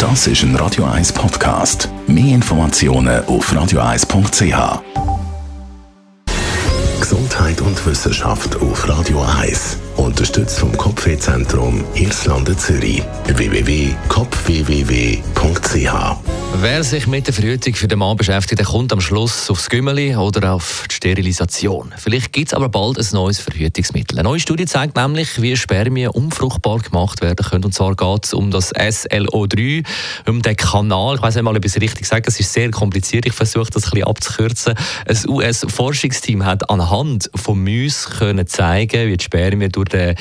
Das ist ein Radio 1 Podcast. Mehr Informationen auf radio1.ch. Gesundheit und Wissenschaft auf Radio 1. Unterstützt vom Kopfwehzentrum Irlande Zürich. www.kopfwww.ch. Wer sich mit der Verhütung für den Mann beschäftigt, der kommt am Schluss aufs Gümmeli oder auf die Sterilisation. Vielleicht gibt es aber bald ein neues Verhütungsmittel. Eine neue Studie zeigt nämlich, wie Spermien unfruchtbar gemacht werden können. Und zwar geht es um das SLO3, um den Kanal. Ich weiss nicht mal, ob ich es richtig sage, es ist sehr kompliziert. Ich versuche das ein bisschen abzukürzen. Ein US-Forschungsteam hat anhand von Mäusen können zeigen, wie die Spermien durch den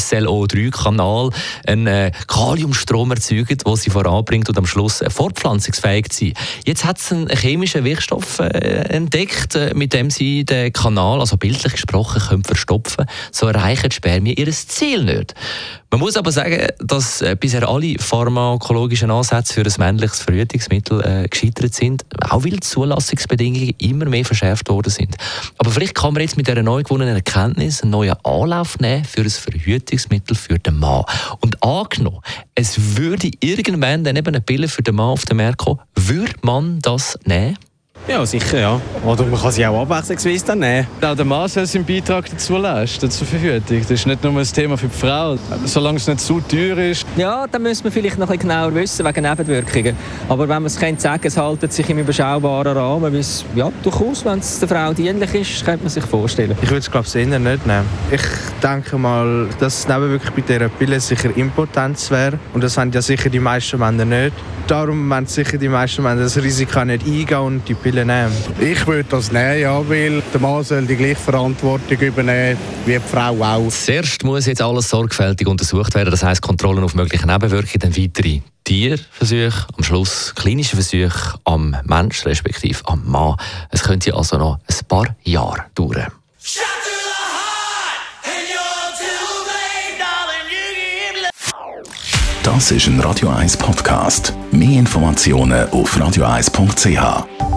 SLO3-Kanal einen Kaliumstrom erzeugen, den sie voranbringt und am Schluss fortpflanzungsfähig zu sein. Jetzt hat es einen chemischen Wirkstoff entdeckt, mit dem sie den Kanal, also bildlich gesprochen, können verstopfen. So erreichen die Spermien ihr Ziel nicht. Man muss aber sagen, dass bisher alle pharmakologischen Ansätze für ein männliches Verhütungsmittel gescheitert sind, auch weil die Zulassungsbedingungen immer mehr verschärft worden sind. Aber vielleicht kann man jetzt mit dieser neu gewonnenen Erkenntnis einen neuen Anlauf nehmen für ein Verhütungsmittel für den Mann. Und angenommen, es würde irgendwann dann eben eine Pille für den Mann auf den Markt kommen, würde man das nehmen? Ja, sicher, ja. Oder man kann sie auch abwechslungsweise dann nehmen. Auch der Mann soll seinen Beitrag dazu leisten, zur Verhütung. Das ist nicht nur ein Thema für die Frau. Solange es nicht zu teuer ist. Ja, dann müssen wir vielleicht noch ein bisschen genauer wissen, wegen Nebenwirkungen. Aber wenn man es sagen könnte, es haltet sich im überschaubaren Rahmen, weil es, ja, durchaus, wenn es der Frau dienlich ist, könnte man sich vorstellen. Ich würde es, glaube ich, eher nicht nehmen. Ich denke mal, dass Nebenwirkung bei dieser Pille sicher Impotenz wäre. Und das haben ja sicher die meisten Männer nicht. Darum wollen sicher die meisten Männer das Risiko nicht eingehen und die Pille nehmen. Ich würde das nehmen, ja, weil der Mann soll die gleiche Verantwortung übernehmen wie die Frau auch. Zuerst muss jetzt alles sorgfältig untersucht werden, das heisst Kontrollen auf mögliche Nebenwirkungen, dann weitere Tierversuche, am Schluss klinische Versuche am Mensch, respektive am Mann. Es könnte also noch ein paar Jahre dauern. Das ist ein Radio 1 Podcast. Mehr Informationen auf radio1.ch.